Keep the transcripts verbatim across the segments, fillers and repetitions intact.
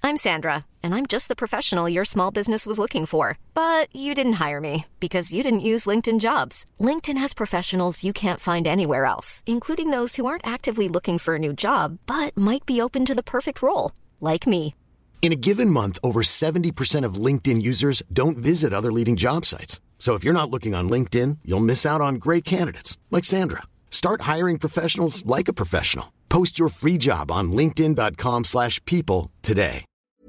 I'm Sandra, and I'm just the professional your small business was looking for. But you didn't hire me because you didn't use LinkedIn Jobs. LinkedIn has professionals you can't find anywhere else, including those who aren't actively looking for a new job, but might be open to the perfect role, like me. In a given month, over seventy percent of LinkedIn users don't visit other leading job sites. So if you're not looking on LinkedIn, you'll miss out on great candidates like Sandra. Start hiring professionals like a professional. Post your free job on linkedin.com slash people today.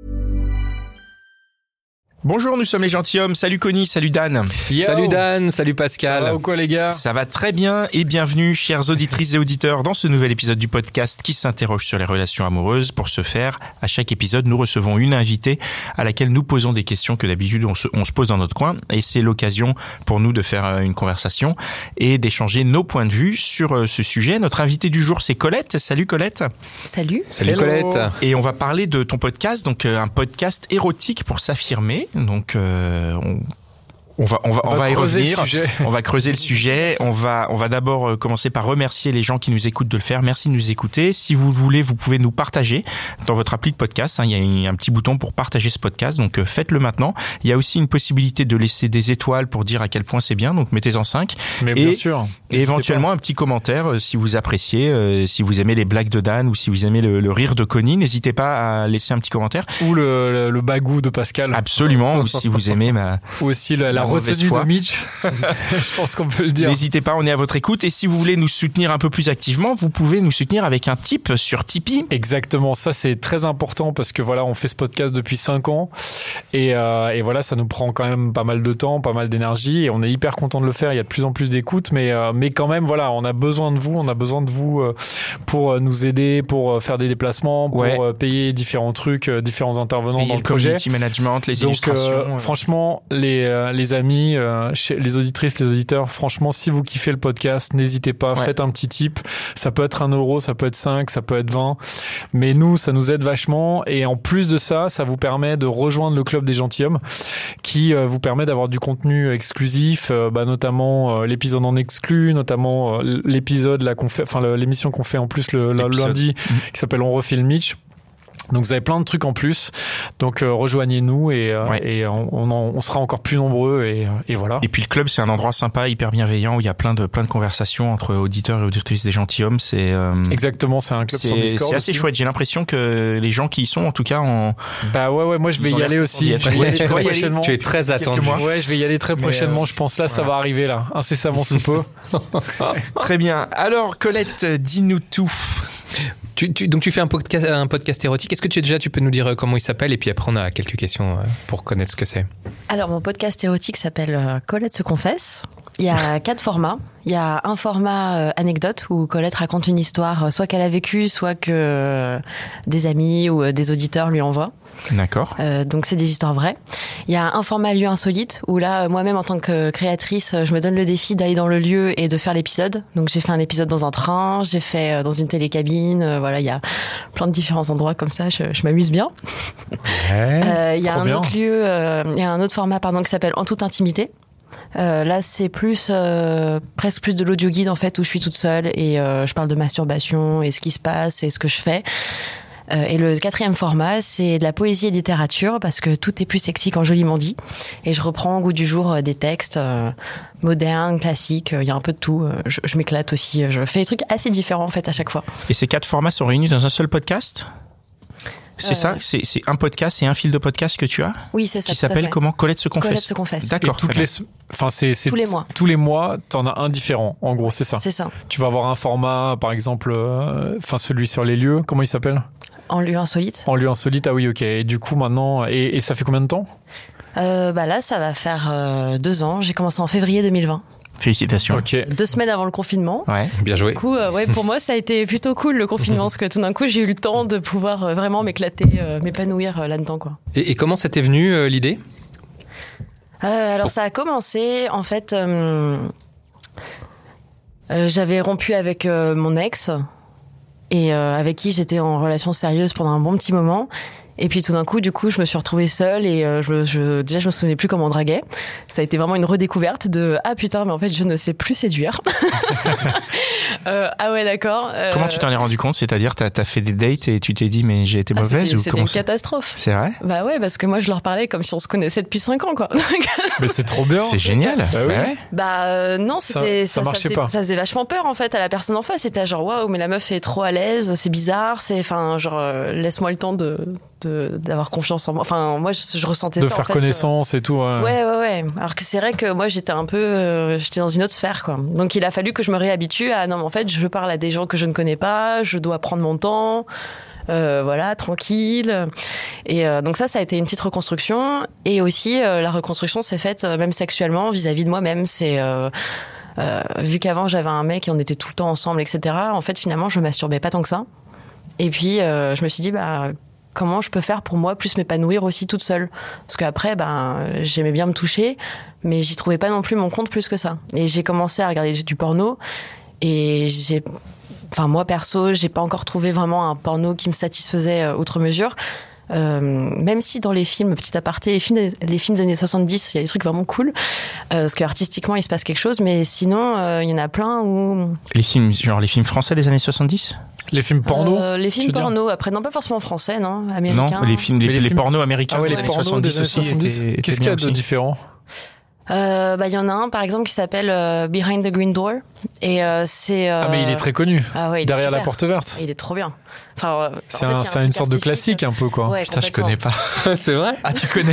Bonjour, nous sommes les gentilshommes. Salut Connie, salut Dan. Yo. Salut Dan, salut Pascal. Ça va ou quoi les gars ? Ça va très bien et bienvenue, chères auditrices et auditeurs, dans ce nouvel épisode du podcast qui s'interroge sur les relations amoureuses. Pour ce faire, à chaque épisode, nous recevons une invitée à laquelle nous posons des questions que d'habitude on se, on se pose dans notre coin. Et c'est l'occasion pour nous de faire une conversation et d'échanger nos points de vue sur ce sujet. Notre invitée du jour, c'est Colette. Salut Colette. Salut. Salut Hello. Colette. Et on va parler de ton podcast, donc un podcast érotique pour s'affirmer. Donc euh, on, on va on va on, on va, va y revenir. On va creuser le sujet. On va on va d'abord commencer par remercier les gens qui nous écoutent de le faire. Merci de nous écouter. Si vous voulez, vous pouvez nous partager dans votre appli de podcast. Hein, il y a un petit bouton pour partager ce podcast. Donc euh, faites-le maintenant. Il y a aussi une possibilité de laisser des étoiles pour dire à quel point c'est bien. Donc mettez-en cinq. Mais et, bien sûr. Et éventuellement pas. un petit commentaire euh, si vous appréciez, euh, si vous aimez les blagues de Dan ou si vous aimez le, le rire de Connie. N'hésitez pas à laisser un petit commentaire. Ou le, le, le bagou de Pascal. Absolument. Ou si vous aimez ma. Ou aussi la, la retenue foi. de Mitch. Je pense qu'on peut le dire. N'hésitez pas, on est à votre écoute. Et si vous voulez nous soutenir un peu plus activement, vous pouvez nous soutenir avec un tip sur Tipeee. Exactement, ça c'est très important parce que voilà, on fait ce podcast depuis cinq ans et, euh, et voilà, ça nous prend quand même pas mal de temps, pas mal d'énergie et on est hyper content de le faire. Il y a de plus en plus d'écoute, mais euh, mais quand même voilà, on a besoin de vous, on a besoin de vous euh, pour nous aider, pour faire des déplacements, pour ouais. euh, payer différents trucs, euh, différents intervenants payer dans le, le projet. Community management, les Donc, illustrations. Euh, euh... Franchement, les euh, les amis, euh, les auditrices, les auditeurs, franchement, si vous kiffez le podcast, n'hésitez pas, ouais. faites un petit tip. Ça peut être un euro, ça peut être cinq, ça peut être vingt. Mais nous, ça nous aide vachement. Et en plus de ça, ça vous permet de rejoindre le club des gentilshommes qui euh, vous permet d'avoir du contenu exclusif, euh, bah, notamment euh, l'épisode en exclu, notamment euh, l'épisode là, qu'on fait, enfin, l'émission qu'on fait en plus le, le lundi mmh. qui s'appelle On refait le Mitch. Donc vous avez plein de trucs en plus, donc euh, rejoignez-nous et, euh, ouais. et on, on, en, on sera encore plus nombreux et, et voilà. Et puis le club c'est un endroit sympa, hyper bienveillant où il y a plein de plein de conversations entre auditeurs et auditrices des gentilshommes. C'est euh, exactement, c'est un club sur Discord. C'est assez aussi. chouette. J'ai l'impression que les gens qui y sont en tout cas en bah ouais ouais moi je vais y aller aussi. Je vais y aller très prochainement. Tu es très attendu. Ouais, je vais y aller très prochainement. Euh, je pense là voilà. Ça va arriver là incessamment sous peu. Très bien. Alors Colette, dis-nous tout. Tu, tu, donc tu fais un podcast, un podcast érotique. Est-ce que tu déjà tu peux nous dire comment il s'appelle et puis après on a quelques questions pour connaître ce que c'est. Alors mon podcast érotique s'appelle Colette se confesse. Il y a quatre formats. Il y a un format euh, anecdote où Colette raconte une histoire, soit qu'elle a vécue, soit que euh, des amis ou euh, des auditeurs lui envoient. D'accord. Euh, donc c'est des histoires vraies. Il y a un format lieu insolite où là, moi-même en tant que créatrice, je me donne le défi d'aller dans le lieu et de faire l'épisode. Donc j'ai fait un épisode dans un train, j'ai fait dans une télécabine. Euh, voilà, il y a plein de différents endroits comme ça. Je, je m'amuse bien. Ouais, euh, il y a un bien. autre lieu, euh, il y a un autre format pardon qui s'appelle En toute intimité. Euh, là, c'est plus euh, presque plus de l'audio guide en fait où je suis toute seule et euh, je parle de masturbation et ce qui se passe et ce que je fais. Euh, et le quatrième format, c'est de la poésie et littérature parce que tout est plus sexy quand joliment dit. Et je reprends au goût du jour euh, des textes euh, modernes, classiques. Il y a un peu de tout. Je, je m'éclate aussi. Je fais des trucs assez différents en fait à chaque fois. Et ces quatre formats sont réunis dans un seul podcast ? C'est euh... ça, c'est, c'est un podcast et un fil de podcast que tu as. Oui, c'est ça. Qui s'appelle comment ? Colette se confesse. Colette se confesse. D'accord. Et toutes les, enfin c'est, c'est tous les mois. Tous les mois, t'en as un différent. En gros, c'est ça. C'est ça. Tu vas avoir un format, par exemple, enfin euh, celui sur les lieux. Comment il s'appelle ? En lieu insolite. En lieu insolite. Ah oui, ok. Et du coup maintenant, et, et ça fait combien de temps ? euh, Bah là, ça va faire euh, deux ans. J'ai commencé en février deux mille vingt. Félicitations. Okay. Deux semaines avant le confinement. Ouais, bien joué. Du coup, euh, ouais, pour moi, ça a été plutôt cool le confinement, parce que tout d'un coup, j'ai eu le temps de pouvoir euh, vraiment m'éclater, euh, m'épanouir euh, là-dedans, quoi. Et, et comment ça t'est venu euh, l'idée ? euh, Alors, ça a commencé, en fait, euh, euh, j'avais rompu avec euh, mon ex, et euh, avec qui j'étais en relation sérieuse pendant un bon petit moment. Et puis tout d'un coup, du coup, je me suis retrouvée seule et euh, je, je, déjà, je me souvenais plus comment on draguait. Ça a été vraiment une redécouverte de ah putain, mais en fait, je ne sais plus séduire. euh, ah ouais, d'accord. Euh, Comment tu t'en es rendu compte? C'est-à-dire, t'as as fait des dates et tu t'es dit mais j'ai été mauvaise ah, c'était, ou c'était comment une ça... catastrophe. C'est vrai? Bah ouais, parce que moi, je leur parlais comme si on se connaissait depuis cinq ans, quoi. Mais c'est trop bien. C'est génial. Bah, oui. bah ouais. Bah euh, non, c'était ça, ça, ça, marchait ça, pas. ça faisait vachement peur en fait à la personne en face. C'était genre waouh, mais la meuf est trop à l'aise, c'est bizarre, c'est enfin genre euh, laisse-moi le temps de, de d'avoir confiance en moi. Enfin moi je, je ressentais de ça. faire en fait, connaissance euh... et tout. Ouais. ouais ouais ouais. Alors que c'est vrai que moi j'étais un peu, euh, j'étais dans une autre sphère quoi. Donc il a fallu que je me réhabitue à non mais en fait je parle à des gens que je ne connais pas, je dois prendre mon temps. Euh, voilà, tranquille. Et euh, donc ça, ça a été une petite reconstruction. Et aussi, euh, la reconstruction s'est faite euh, même sexuellement vis-à-vis de moi-même. C'est euh, euh, vu qu'avant j'avais un mec et on était tout le temps ensemble, et cetera. En fait, finalement, je me masturbais pas tant que ça. Et puis, euh, je me suis dit, bah comment je peux faire pour moi plus m'épanouir aussi toute seule? Parce qu'après, bah, j'aimais bien me toucher, mais j'y trouvais pas non plus mon compte plus que ça. Et j'ai commencé à regarder du porno. Et j'ai Enfin, moi, perso, j'ai pas encore trouvé vraiment un porno qui me satisfaisait euh, outre mesure. Euh, même si dans les films, petit aparté, les films, des, les films des années soixante-dix, il y a des trucs vraiment cool, euh, parce qu'artistiquement, il se passe quelque chose, mais sinon, euh, il y en a plein où... Les films, genre les films français des années soixante-dix? Les films porno euh, Les films porno, après, non pas forcément français, non, américains. Non, les films, les, les, les films... pornos américains ah ouais, des les années pornos soixante-dix des années aussi soixante-dix. étaient, étaient Qu'est-ce qu'il y a de aussi. différent? Euh, bah, il y en a un, par exemple, qui s'appelle euh, Behind the Green Door. Et euh, c'est. Euh... Ah, mais il est très connu. Ah ouais, il Derrière est la porte verte. Et il est trop bien. Enfin, euh, c'est en un, fait, c'est un une sorte de artistique. classique, un peu, quoi. Ouais, Putain, je connais pas. C'est vrai? Ah, tu connais?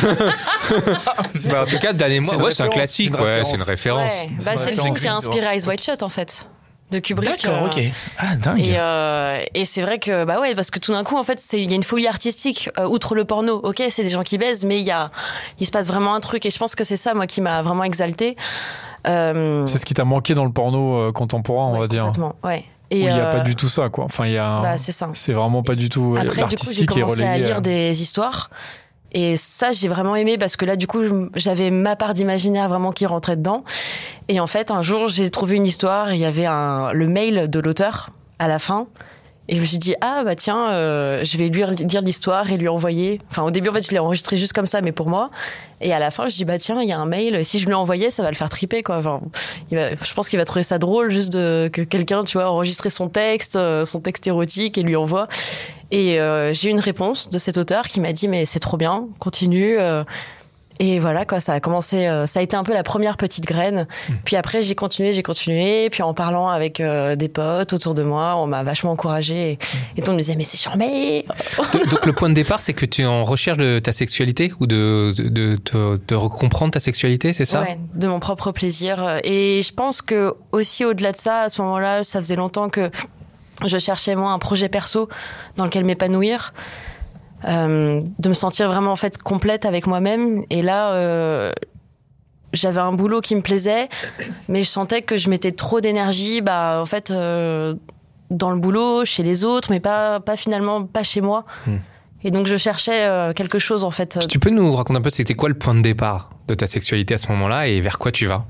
Bah, en tout cas, dernier mois, C'est une ouais, c'est un référence, classique, c'est une ouais, c'est une référence. Ouais. C'est Bah, une c'est le film référence. qui a inspiré Eyes Wide Shut, en fait. De Kubrick. D'accord, euh, ok. Ah, dingue. Et, euh, et c'est vrai que, bah ouais, parce que tout d'un coup, en fait, c'est, il y a une folie artistique, euh, outre le porno. Ok, c'est des gens qui baisent, mais il y a, il se passe vraiment un truc. Et je pense que c'est ça, moi, qui m'a vraiment exaltée. Euh... C'est ce qui t'a manqué dans le porno euh, contemporain, on ouais, va dire. Complètement, ouais. Et où il n'y a euh... pas du tout ça, quoi. Enfin, il y a. Bah, c'est ça. C'est vraiment pas du tout. Après, l'artistique du coup, j'ai commencé est relégué à lire à... des histoires. Et ça, j'ai vraiment aimé parce que là, du coup, j'avais ma part d'imaginaire vraiment qui rentrait dedans. Et en fait, un jour, j'ai trouvé une histoire et il y avait un, le mail de l'auteur à la fin. Et je me suis dit, ah bah tiens, euh, je vais lui lire l'histoire et lui envoyer. Enfin, au début, en fait, je l'ai enregistré juste comme ça, mais pour moi. Et à la fin, je dis, bah tiens, il y a un mail. Si je lui envoyais, ça va le faire triper, quoi. Enfin, il va, je pense qu'il va trouver ça drôle juste de, que quelqu'un, tu vois, enregistrer son texte, son texte érotique et lui envoie. Et euh, j'ai eu une réponse de cet auteur qui m'a dit, mais c'est trop bien, continue. Euh, Et voilà, quoi, ça a commencé, euh, ça a été un peu la première petite graine. Mmh. Puis après, j'ai continué, j'ai continué. Puis en parlant avec euh, des potes autour de moi, on m'a vachement encouragée. Et, mmh. et tout le monde me disait, mais c'est charmé. donc, donc le point de départ, c'est que tu es en recherche de ta sexualité ou de, de, de, de, de comprendre ta sexualité, c'est ça? Ouais, de mon propre plaisir. Et je pense que aussi au-delà de ça, à ce moment-là, ça faisait longtemps que je cherchais moi un projet perso dans lequel m'épanouir. Euh, de me sentir vraiment en fait complète avec moi-même. Et là, euh, j'avais un boulot qui me plaisait, mais je sentais que je mettais trop d'énergie, bah en fait, euh, dans le boulot, chez les autres, mais pas pas finalement pas chez moi. Mmh. Et donc je cherchais euh, quelque chose en fait. Tu peux nous raconter un peu, c'était quoi le point de départ de ta sexualité à ce moment-là et vers quoi tu vas?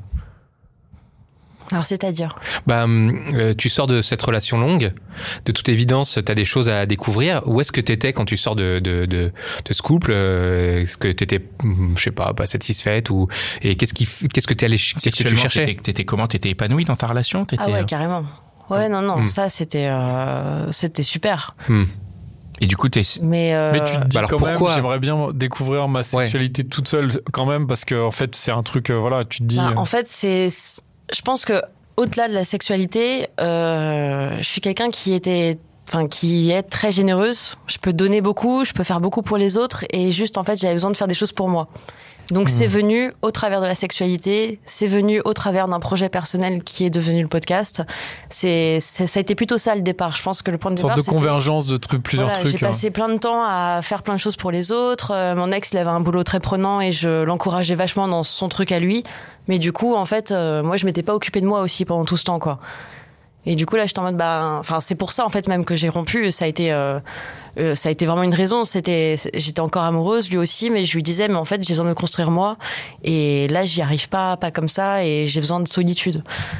Alors, c'est-à-dire bah, euh, tu sors de cette relation longue. De toute évidence, tu as des choses à découvrir. Où est-ce que tu étais quand tu sors de, de, de, de ce couple? euh, Est-ce que tu étais, je sais pas, pas satisfaite ou... Et qu'est-ce, qui, qu'est-ce que tu allais, qu'est-ce que tu cherchais? T'étais, t'étais comment? T'étais épanouie dans ta relation? T'étais... Ah ouais, carrément. Ouais, non, non, mmh. ça, c'était, euh, c'était super. Mmh. Et du coup, t'es... Mais, euh... Mais tu te dis bah alors quand pourquoi même, j'aimerais bien découvrir ma sexualité ouais. toute seule quand même, parce que en fait, c'est un truc, euh, voilà, tu te dis... Bah, euh... En fait, c'est... Je pense que au-delà de la sexualité, euh, je suis quelqu'un qui était, enfin, qui est très généreuse. Je peux donner beaucoup, je peux faire beaucoup pour les autres, et juste, en fait, j'avais besoin de faire des choses pour moi. Donc, mmh. c'est venu au travers de la sexualité, c'est venu au travers d'un projet personnel qui est devenu le podcast. C'est, c'est ça a été plutôt ça le départ. Je pense que le point de départ, une sorte de convergence de trucs, plusieurs voilà, trucs. J'ai hein. passé plein de temps à faire plein de choses pour les autres. Euh, mon ex, il avait un boulot très prenant et je l'encourageais vachement dans son truc à lui. Mais du coup, en fait, euh, moi, je m'étais pas occupée de moi aussi pendant tout ce temps, quoi. Et du coup, là, j'étais en mode, bah, enfin, c'est pour ça, en fait, même que j'ai rompu. Ça a été, euh, euh, ça a été vraiment une raison. C'était, j'étais encore amoureuse, lui aussi, mais je lui disais, mais en fait, j'ai besoin de me construire moi. Et là, j'y arrive pas, pas comme ça, et j'ai besoin de solitude.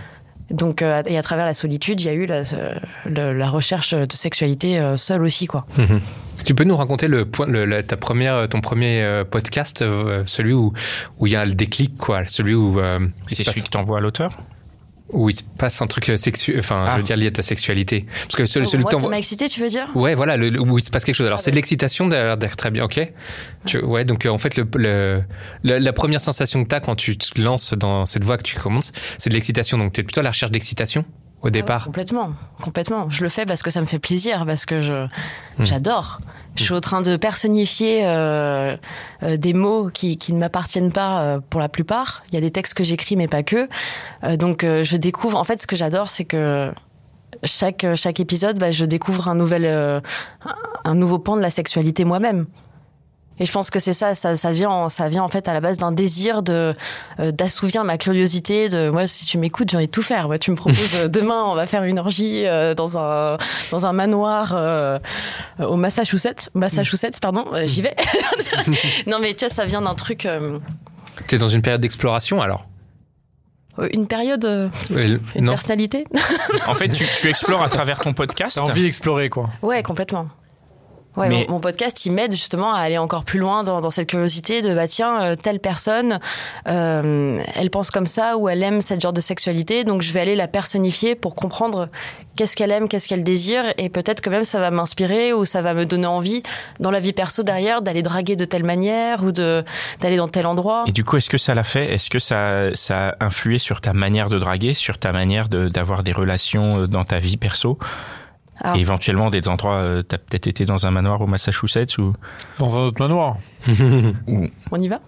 Donc, euh, et à travers la solitude, il y a eu la, la, la recherche de sexualité euh, seule aussi, quoi. Mmh. Tu peux nous raconter le point, le, la, ta première, ton premier euh, podcast, euh, celui où où il y a le déclic, quoi, celui où euh, c'est celui que t'envoies à l'auteur. Où il se passe un truc sexuel, enfin, ah. je veux dire lié à ta sexualité. Parce que celui, oh, celui moi, que ça m'a excité, tu veux dire? Ouais, voilà, le, le, où il se passe quelque chose. Alors, ah, c'est bah. de l'excitation, d'ailleurs, très bien, ok. Tu, ouais, donc en fait, le, le, le, la première sensation que t'as quand tu te lances dans cette voie que tu commences, c'est de l'excitation. Donc, t'es plutôt à la recherche d'excitation au départ. Ah, complètement, complètement. Je le fais parce que ça me fait plaisir, parce que je, mmh. j'adore. Je suis en train de personnifier euh, euh, des mots qui, qui ne m'appartiennent pas euh, pour la plupart. Il y a des textes que j'écris, mais pas que. Euh, donc, euh, je découvre... En fait, ce que j'adore, c'est que chaque, chaque épisode, bah, je découvre un, nouvel, euh, un nouveau pan de la sexualité moi-même. Et je pense que c'est ça, ça, ça vient, ça vient en fait à la base d'un désir de euh, d'assouvir ma curiosité. De moi, si tu m'écoutes, j'ai envie de tout faire. Ouais, tu me proposes euh, demain, on va faire une orgie euh, dans un dans un manoir euh, au Massachusetts, Massachusetts, pardon, euh, j'y vais. Non, mais tu vois, ça vient d'un truc. Euh... T'es dans une période d'exploration alors. Une période, euh, euh, une non. personnalité. En fait, tu, tu explores à travers ton podcast. T'as envie d'explorer, quoi. Ouais, complètement. Ouais, mais... mon, mon podcast, il m'aide justement à aller encore plus loin dans, dans cette curiosité de bah tiens, euh, telle personne, euh, elle pense comme ça ou elle aime cette genre de sexualité, donc je vais aller la personnifier pour comprendre qu'est-ce qu'elle aime, qu'est-ce qu'elle désire, et peut-être que même ça va m'inspirer ou ça va me donner envie dans la vie perso derrière d'aller draguer de telle manière ou de d'aller dans tel endroit. Et du coup, est-ce que ça l'a fait? Est-ce que ça ça a influé sur ta manière de draguer, sur ta manière de d'avoir des relations dans ta vie perso? Alors, et éventuellement des endroits, euh, t'as peut-être été dans un manoir au Massachusetts ou dans un autre manoir. Ou... On y va?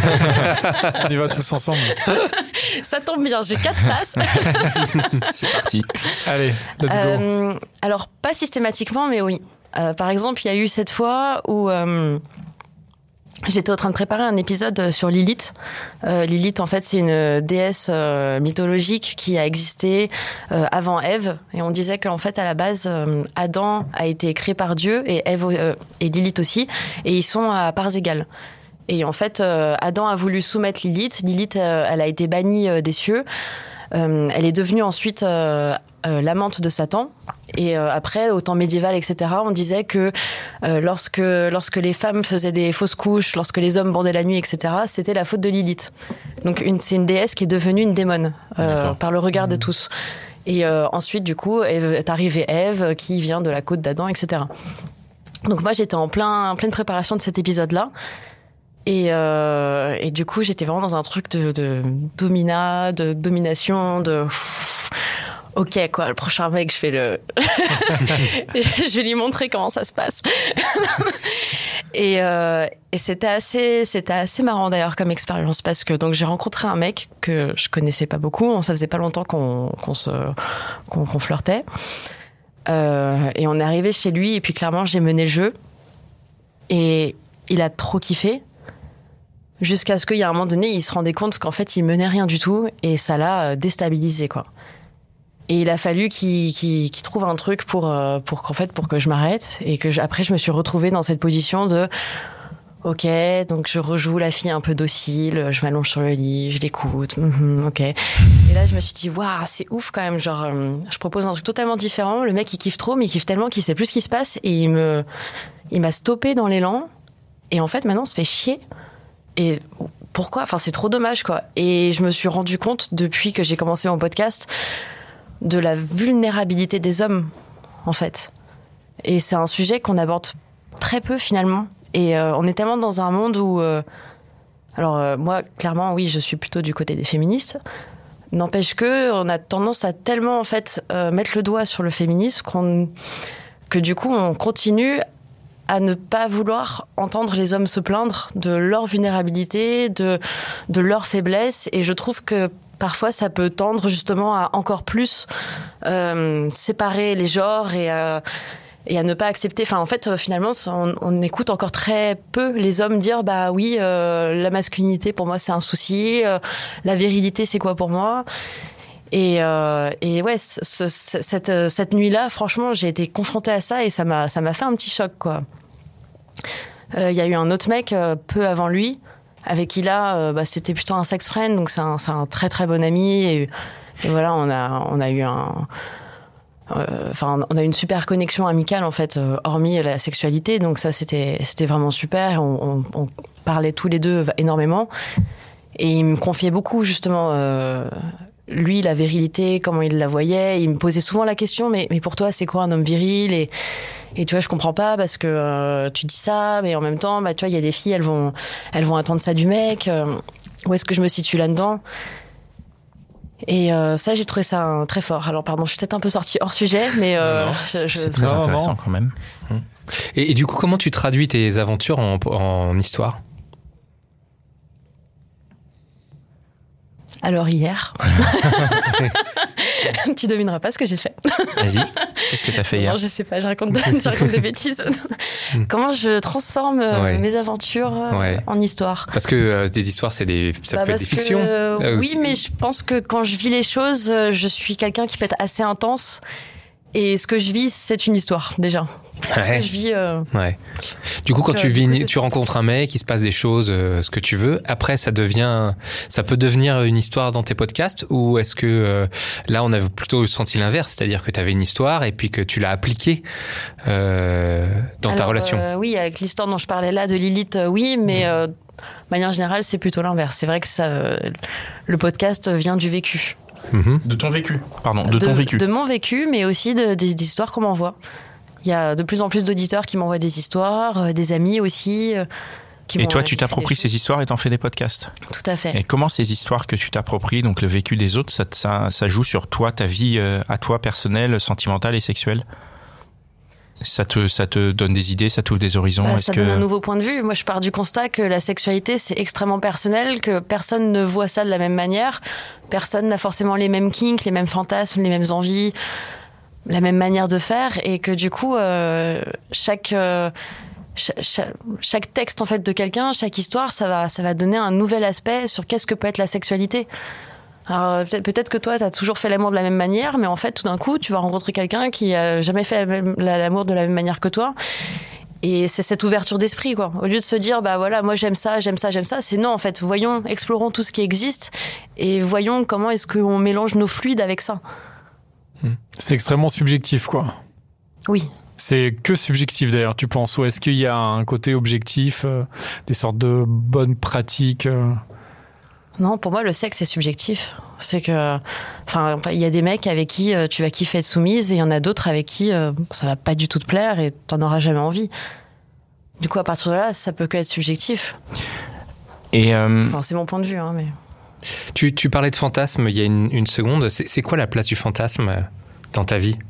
On y va tous ensemble. Ça tombe bien, j'ai quatre passes. C'est parti. Allez, let's euh, go. Alors pas systématiquement, mais oui. Euh, par exemple, il y a eu cette fois où euh, j'étais en train de préparer un épisode sur Lilith. Euh, Lilith, en fait, c'est une déesse euh, mythologique qui a existé euh, avant Ève. Et on disait qu'en fait, à la base, euh, Adam a été créé par Dieu et Ève euh, et Lilith aussi. Et ils sont à parts égales. Et en fait, euh, Adam a voulu soumettre Lilith. Lilith, euh, elle a été bannie euh, des cieux. Euh, elle est devenue ensuite euh, euh, l'amante de Satan. Et euh, après, au temps médiéval, et cetera, on disait que euh, lorsque lorsque les femmes faisaient des fausses couches, lorsque les hommes bandaient la nuit, et cetera, c'était la faute de Lilith. Donc une, c'est une déesse qui est devenue une démone euh, par le regard mmh. de tous. Et euh, ensuite, du coup, est arrivée Ève, qui vient de la côte d'Adam, et cetera. Donc moi, j'étais en plein en pleine préparation de cet épisode-là. Et, euh, et du coup, j'étais vraiment dans un truc de, de domina, de domination, de... Pff, ok, quoi, le prochain mec, je vais le... je vais lui montrer comment ça se passe. et euh, et c'était assez, c'était assez marrant d'ailleurs comme expérience parce que donc j'ai rencontré un mec que je connaissais pas beaucoup, ça faisait pas longtemps qu'on, qu'on, se, qu'on, qu'on flirtait. Euh, et on est arrivé chez lui et puis clairement, j'ai mené le jeu. Et il a trop kiffé. Jusqu'à ce qu'il y a un moment donné, il se rendait compte qu'en fait, il menait rien du tout et ça l'a déstabilisé, quoi. Et il a fallu qu'il, qu'il, qu'il trouve un truc pour, pour qu'en fait, pour que je m'arrête et que je, après, je me suis retrouvée dans cette position de ok, donc je rejoue la fille un peu docile, je m'allonge sur le lit, je l'écoute, mm-hmm, ok. Et là, je me suis dit, waouh, c'est ouf quand même, genre, euh, je propose un truc totalement différent, le mec, il kiffe trop, mais il kiffe tellement qu'il sait plus ce qui se passe et il me, il m'a stoppé dans l'élan et en fait, maintenant, on se fait chier. Et pourquoi ? Enfin, c'est trop dommage, quoi. Et je me suis rendu compte, depuis que j'ai commencé mon podcast, de la vulnérabilité des hommes, en fait. Et c'est un sujet qu'on aborde très peu, finalement. Et euh, on est tellement dans un monde où... Euh... Alors, euh, moi, clairement, oui, je suis plutôt du côté des féministes. N'empêche que on a tendance à tellement, en fait, euh, mettre le doigt sur le féminisme qu'on... que, du coup, on continue à ne pas vouloir entendre les hommes se plaindre de leur vulnérabilité, de, de leur faiblesse. Et je trouve que parfois, ça peut tendre justement à encore plus euh, séparer les genres et, euh, et à ne pas accepter... Enfin, en fait, finalement, on, on écoute encore très peu les hommes dire « Bah oui, euh, la masculinité, pour moi, c'est un souci. Euh, la virilité, c'est quoi pour moi ?» Et, euh, et ouais, ce, ce, cette, cette nuit-là, franchement, j'ai été confrontée à ça et ça m'a, ça m'a fait un petit choc, quoi. Il euh, y a eu un autre mec, euh, peu avant lui, avec qui là, euh, bah, c'était plutôt un sex friend, donc c'est un, c'est un très très bon ami. Et et voilà, on a, on a eu un, enfin, euh, on a eu une super connexion amicale en fait, euh, hormis la sexualité. Donc ça, c'était, c'était vraiment super. On, on, on parlait tous les deux énormément, et il me confiait beaucoup justement. Euh, lui, la virilité, comment il la voyait. Il me posait souvent la question, mais, mais pour toi, c'est quoi un homme viril? Et, et tu vois, je comprends pas parce que euh, tu dis ça, mais en même temps, bah, tu vois, il y a des filles, elles vont, elles vont attendre ça du mec. Euh, où est-ce que je me situe là-dedans? Et euh, ça, j'ai trouvé ça euh, très fort. Alors, pardon, je suis peut-être un peu sortie hors sujet, mais euh, je, je... c'est très non, intéressant non. quand même. Et, et du coup, comment tu traduis tes aventures en, en histoire? Alors hier, tu devineras pas ce que j'ai fait. Vas-y, qu'est-ce que t'as fait hier? Non, je sais pas, je raconte, je raconte des bêtises. Comment je transforme Ouais. mes aventures Ouais. en histoire? Parce que euh, des histoires, c'est des, ça Bah, peut être parce des fictions. que, euh, Euh, oui, c'est- mais je pense que quand je vis les choses, euh, je suis quelqu'un qui peut être assez intense. Et ce que je vis, c'est une histoire, déjà. Tout ce Ouais. que je vis... euh, Ouais. Du coup, quand Donc, tu euh, vis, du coup, une- c'est tu ça. rencontres un mec, il se passe des choses, euh, ce que tu veux. Après, ça devient, ça peut devenir une histoire dans tes podcasts, ou est-ce que euh, là, on a plutôt senti l'inverse, c'est-à-dire que tu avais une histoire et puis que tu l'as appliquée euh, dans ta alors, relation. euh, oui, avec l'histoire dont je parlais là de Lilith, euh, oui, mais euh, de manière générale, c'est plutôt l'inverse. C'est vrai que ça, euh, le podcast vient du vécu. Mhm. De ton vécu, pardon, de, ton vécu. De mon vécu, mais aussi de, des, des histoires qu'on m'envoie. Il y a de plus en plus d'auditeurs qui m'envoient des histoires, euh, des amis aussi. euh, qui Et m'ont- toi, tu qui font t'appropries des ces histoires et t'en fais des podcasts. choses. Tout à fait. Et comment ces histoires que tu t'appropries, donc le vécu des autres, ça, ça, ça joue sur toi, ta vie euh, à toi personnelle, sentimentale et sexuelle? Ça te, ça te donne des idées, ça t'ouvre des horizons? Bah, Est-ce ça que... donne un nouveau point de vue. Moi, je pars du constat que la sexualité, c'est extrêmement personnel, que personne ne voit ça de la même manière. Personne n'a forcément les mêmes kinks, les mêmes fantasmes, les mêmes envies, la même manière de faire, et que du coup, euh, chaque, euh, cha- cha- chaque texte en fait de quelqu'un, chaque histoire, ça va, ça va donner un nouvel aspect sur qu'est-ce que peut être la sexualité. Alors, peut-être, peut-être que toi, tu as toujours fait l'amour de la même manière, mais en fait, tout d'un coup, tu vas rencontrer quelqu'un qui a jamais fait la même- la- l'amour de la même manière que toi. Et c'est cette ouverture d'esprit, quoi. Au lieu de se dire, bah voilà, moi j'aime ça, j'aime ça, j'aime ça, c'est non, en fait, voyons, explorons tout ce qui existe et voyons comment est-ce qu'on mélange nos fluides avec ça. C'est extrêmement subjectif, quoi. Oui. C'est que subjectif d'ailleurs, tu penses? Ou est-ce qu'il y a un côté objectif, euh, des sortes de bonnes pratiques euh... Non, pour moi, le sexe, c'est subjectif. C'est que, enfin, il y a des mecs avec qui euh, tu vas kiffer être soumise et il y en a d'autres avec qui euh, ça va pas du tout te plaire et t'en auras jamais envie. Du coup, à partir de là, ça peut que être subjectif. Et euh, Enfin, c'est mon point de vue, hein, mais. Tu, tu parlais de fantasme il y a une, une seconde. C'est, c'est quoi la place du fantasme euh, dans ta vie?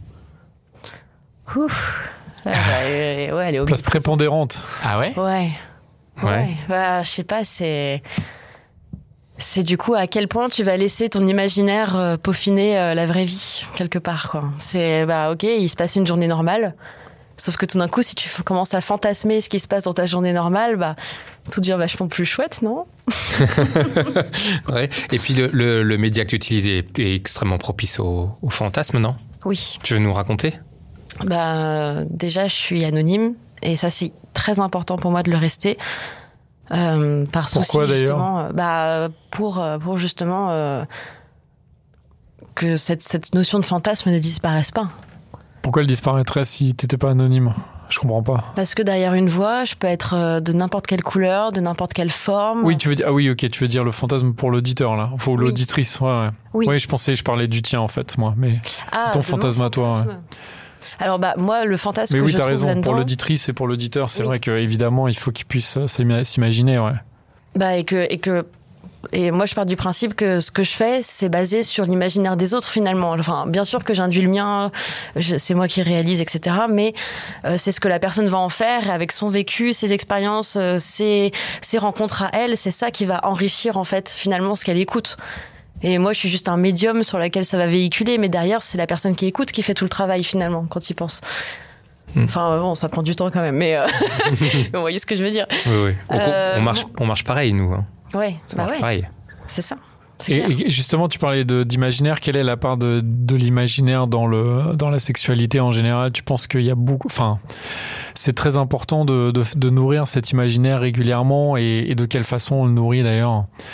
Ouf. Ouais, bah, euh, ouais, elle est place omniprésente. prépondérante? ah ouais? Ouais. Ouais. Ouais. Bah, je sais pas, c'est. C'est du coup à quel point tu vas laisser ton imaginaire euh, peaufiner euh, la vraie vie, quelque part, quoi. C'est, bah, ok, il se passe une journée normale. Sauf que tout d'un coup, si tu f- commences à fantasmer ce qui se passe dans ta journée normale, bah, tout devient vachement plus chouette, non? Ouais. Et puis le, le, le média que tu utilises est, est extrêmement propice au, au fantasme, non? Oui. Tu veux nous raconter? Bah, euh, déjà, je suis anonyme. Et ça, c'est très important pour moi de le rester. Euh, par souci, Pourquoi, d'ailleurs justement, euh, bah, pour, euh, pour justement euh, que cette, cette notion de fantasme ne disparaisse pas. Pourquoi elle disparaîtrait si t'étais pas anonyme? Je comprends pas. Parce que derrière une voix, je peux être euh, de n'importe quelle couleur, de n'importe quelle forme. Oui, tu veux dire, ah oui, ok, tu veux dire le fantasme pour l'auditeur, là. Faut Oui. l'auditrice, ouais, ouais. Oui. Oui, je pensais, je parlais du tien, en fait, moi, mais. Ah, ton de mon fantasme à toi, fantasme. Alors, bah, moi, le fantasme Mais que oui, je t'as trouve raison. là-dedans, Pour l'auditrice et pour l'auditeur, c'est Oui. vrai que évidemment, il faut qu'ils puissent euh, s'ima- s'imaginer, ouais. bah, et que, et que, et moi, je pars du principe que ce que je fais, c'est basé sur l'imaginaire des autres, finalement. Enfin, bien sûr que j'induis le mien, je- c'est moi qui réalise, et cetera. Mais euh, c'est ce que la personne va en faire avec son vécu, ses expériences, euh, ses, ses rencontres à elle. C'est ça qui va enrichir, en fait, finalement, ce qu'elle écoute. Et moi, je suis juste un médium sur lequel ça va véhiculer, mais derrière, c'est la personne qui écoute qui fait tout le travail, finalement, quand il pense. Hmm. Enfin, bon, ça prend du temps quand même, mais euh, vous voyez ce que je veux dire. Oui, oui. On, Euh, on marche, on marche pareil, nous. Hein. Ouais, Ça bah marche ouais, pareil. c'est ça. C'est Et, clair. et justement, tu parlais de, d'imaginaire. Quelle est la part de, de l'imaginaire dans, le, dans la sexualité en général? Tu penses qu'il y a beaucoup. Enfin, c'est très important de, de, de nourrir cet imaginaire régulièrement et, et de quelle façon on le nourrit d'ailleurs?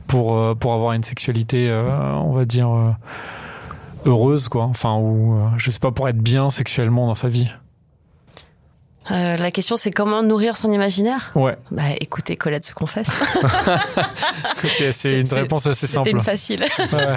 pour euh, pour avoir une sexualité, euh, on va dire euh, heureuse, quoi. Enfin, ou euh, je sais pas, pour être bien sexuellement dans sa vie. Euh, la question, c'est comment nourrir son imaginaire ? Ouais. Bah, écoutez, Colette se confesse. Okay, c'est une c'est, réponse assez simple. C'était une facile. Ouais.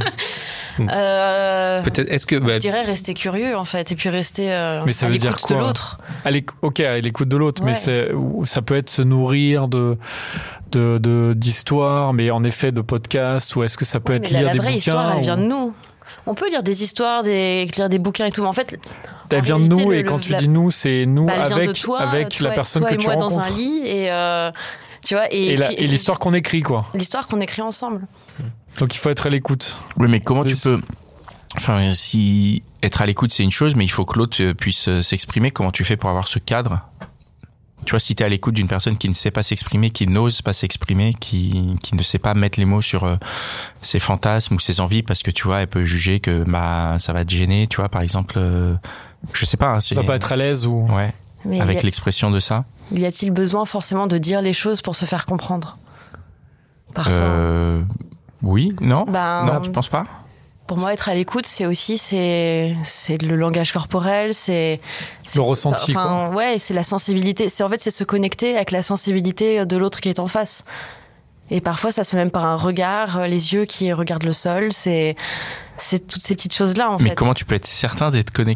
euh, Peut-être, est-ce que... Bah... Je dirais rester curieux, en fait, et puis rester euh, mais ça à veut l'écoute dire quoi ? de l'autre. À ok, à l'écoute de l'autre, Ouais. mais c'est, ça peut être se nourrir de, de, de, d'histoires, mais en effet de podcasts, ou est-ce que ça peut Ouais, être mais lire la, la des vraie bouquins histoire, elle ou... vient de nous. On peut lire des histoires, des, lire des bouquins et tout, mais en fait... Elle vient de nous, le, et quand le, tu la... dis nous, c'est nous bah, avec, toi, avec toi, la personne toi que et tu moi rencontres. dans un lit, et, euh, tu vois, et, et, la, puis, et, et l'histoire qu'on écrit, quoi. L'histoire qu'on écrit ensemble. Donc il faut être à l'écoute. Oui, mais comment tu peux... Enfin, si être à l'écoute, c'est une chose, mais il faut que l'autre puisse s'exprimer. Comment tu fais pour avoir ce cadre ? Tu vois, si t'es à l'écoute d'une personne qui ne sait pas s'exprimer, qui n'ose pas s'exprimer, qui, qui ne sait pas mettre les mots sur euh, ses fantasmes ou ses envies, parce que tu vois, elle peut juger que bah ça va te gêner, tu vois, par exemple, euh, je sais pas. Hein, tu vas pas être à l'aise ou... Ouais, mais avec a... l'expression de ça. Y a-t-il besoin forcément de dire les choses pour se faire comprendre ? Parfois. Euh, oui, non, ben, non, tu penses pas ? Pour moi, être à l'écoute, c'est aussi c'est c'est le langage corporel, c'est, c'est le ressenti. Enfin, quoi. ouais, c'est la sensibilité. C'est en fait c'est se connecter avec la sensibilité de l'autre qui est en face. Et parfois, ça se fait même par un regard, les yeux qui regardent le sol. C'est c'est toutes ces petites choses là en Mais fait. Mais comment tu peux être certain d'être connecté ?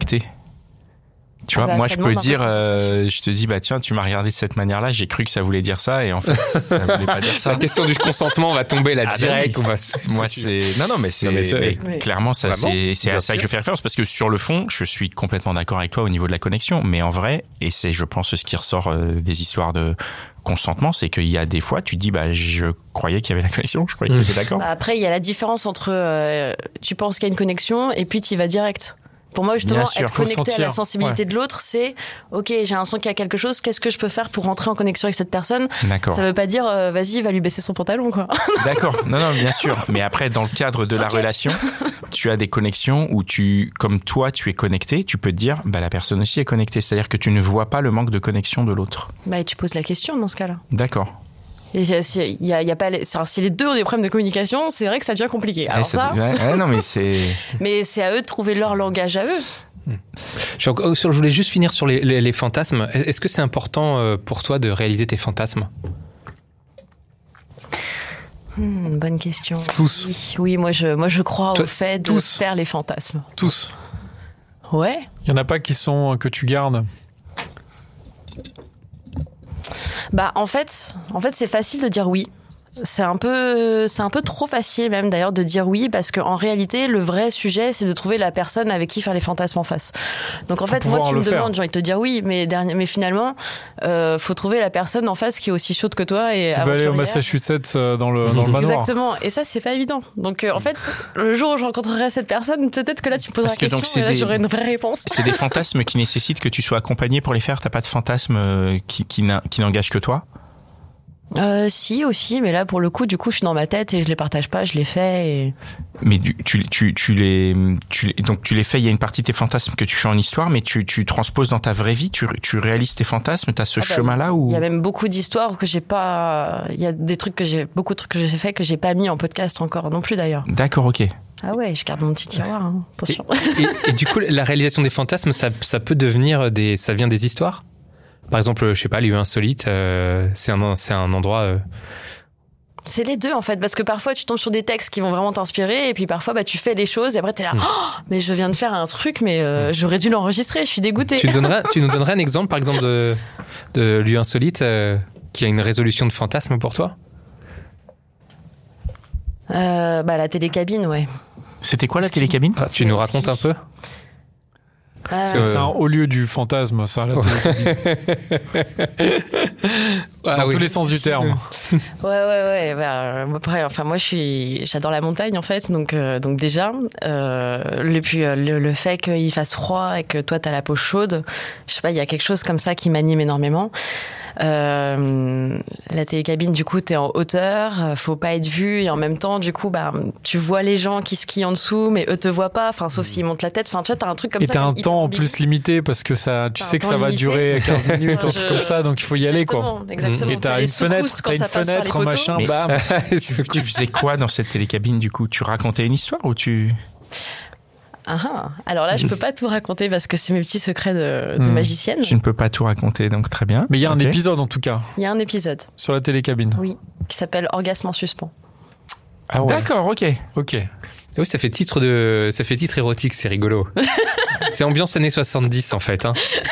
Tu ah vois, bah, moi je peux dire, euh, je te dis, bah tiens, tu m'as regardé de cette manière-là, j'ai cru que ça voulait dire ça, et en fait, ça voulait pas dire ça. La question du consentement va tomber là ah, direct. On va, moi c'est, non non, mais c'est, non, mais c'est... Mais mais... clairement ça, Vraiment c'est, c'est à ça sûr. que je fais référence parce que sur le fond, je suis complètement d'accord avec toi au niveau de la connexion, mais en vrai, et c'est, je pense, ce qui ressort euh, des histoires de consentement, c'est qu'il y a des fois, tu te dis, bah je croyais qu'il y avait la connexion, je croyais mmh. qu'il était d'accord. Bah, après, il y a la différence entre, euh, tu penses qu'il y a une connexion et puis tu y vas direct. Pour moi, justement, sûr, être connecté sentir. à la sensibilité ouais. de l'autre, c'est ok, j'ai un son qui a quelque chose, qu'est-ce que je peux faire pour rentrer en connexion avec cette personne ? D'accord. Ça veut pas dire euh, vas-y, va lui baisser son pantalon, quoi. D'accord, non, non, bien sûr. Mais après, dans le cadre de la okay. relation, tu as des connexions où tu, comme toi, tu es connecté, tu peux te dire, bah la personne aussi est connectée. C'est-à-dire que tu ne vois pas le manque de connexion de l'autre. Bah, et tu poses la question dans ce cas-là. D'accord. Et si, y a, y a pas les, si les deux ont des problèmes de communication, c'est vrai que ça devient compliqué. Alors ouais, ça, ouais, ouais, non, mais c'est. Mais c'est à eux de trouver leur langage à eux. Je voulais juste finir sur les, les, les fantasmes. Est-ce que c'est important pour toi de réaliser tes fantasmes ? hmm, Bonne question. Tous. Oui, oui moi, je, moi je crois toi, au fait de tous. faire les fantasmes. Tous. Ouais. Il n'y en a pas qui sont que tu gardes ? Bah en fait, en fait c'est facile de dire oui. C'est un peu, c'est un peu trop facile même d'ailleurs de dire oui parce que en réalité le vrai sujet c'est de trouver la personne avec qui faire les fantasmes en face. Donc en faut fait moi tu me faire. demandes, j'ai envie de te dire oui, mais dernier, mais finalement euh, faut trouver la personne en face qui est aussi chaude que toi et qui va aller au Massachusetts euh, dans le dans le manoir. Exactement. Et ça c'est pas évident. Donc euh, en fait le jour où je rencontrerai cette personne, peut-être que là tu me poseras la question donc, et là des... j'aurai une vraie réponse. C'est des fantasmes qui nécessitent que tu sois accompagné pour les faire. T'as pas de fantasmes qui qui, qui n'engagent que toi? Euh, si aussi, mais là pour le coup, du coup, je suis dans ma tête et je les partage pas, je les fais. Et... Mais tu, tu, tu, tu les, tu les, donc tu les fais. Il y a une partie de tes fantasmes que tu fais en histoire, mais tu, tu transposes dans ta vraie vie. Tu, tu réalises tes fantasmes. T'as ce ah bah, chemin-là où il y a même beaucoup d'histoires que j'ai pas. Il y a des trucs que j'ai, beaucoup de trucs que j'ai fait que j'ai pas mis en podcast encore non plus d'ailleurs. D'accord, ok. Ah ouais, je garde mon petit tiroir. Hein. Attention. Et, et, et du coup, la réalisation des fantasmes, ça, ça peut devenir des, ça vient des histoires. Par exemple, je sais pas, lieu insolite, euh, c'est un, c'est un endroit. Euh... C'est les deux en fait, parce que parfois tu tombes sur des textes qui vont vraiment t'inspirer, et puis parfois bah tu fais les choses et après t'es là, mmh. oh, mais je viens de faire un truc, mais euh, j'aurais dû l'enregistrer, je suis dégoûtée. Tu, donneras, tu nous donnerais un exemple, par exemple, de, de lieu insolite euh, qui a une résolution de fantasme pour toi ? euh, Bah la télécabine, ouais. C'était quoi la télécabine ? ah, Tu nous racontes un peu ? Euh... C'est un haut lieu du fantasme, ça, la télécabine. ah, Dans oui. tous les sens du terme. Ouais, ouais, ouais. Bah, après, enfin, moi, je suis, j'adore la montagne, en fait. Donc, euh, donc déjà, euh, le, puis, le, le fait qu'il fasse froid et que toi, t'as la peau chaude, je sais pas, il y a quelque chose comme ça qui m'anime énormément. Euh, la télécabine, du coup, t'es en hauteur, faut pas être vu, et en même temps, du coup, bah, tu vois les gens qui skient en dessous, mais eux te voient pas, enfin, sauf s'ils montent la tête. Enfin, tu vois, t'as un truc comme et ça. Et t'as un temps en plus limité parce que ça, tu t'as sais que ça va limité. durer quinze minutes, un truc comme ça, donc il faut y exactement, aller, quoi. Exactement. Et t'as, t'as une fenêtre, t'as une fenêtre, machin, mais bam. Tu faisais quoi dans cette télécabine, du coup? Tu racontais une histoire ou tu... Ah, ah. Alors là, je peux pas tout raconter parce que c'est mes petits secrets de, de mmh. magicienne. Tu ne peux pas tout raconter, donc très bien. Mais il y a okay. un épisode en tout cas. Il y a un épisode. Sur la télécabine. Oui, qui s'appelle Orgasme en suspens. Ah ouais. D'accord, ok. Ok. Oui, ça fait titre de, ça fait titre érotique, c'est rigolo. C'est ambiance années soixante-dix en fait. Hein.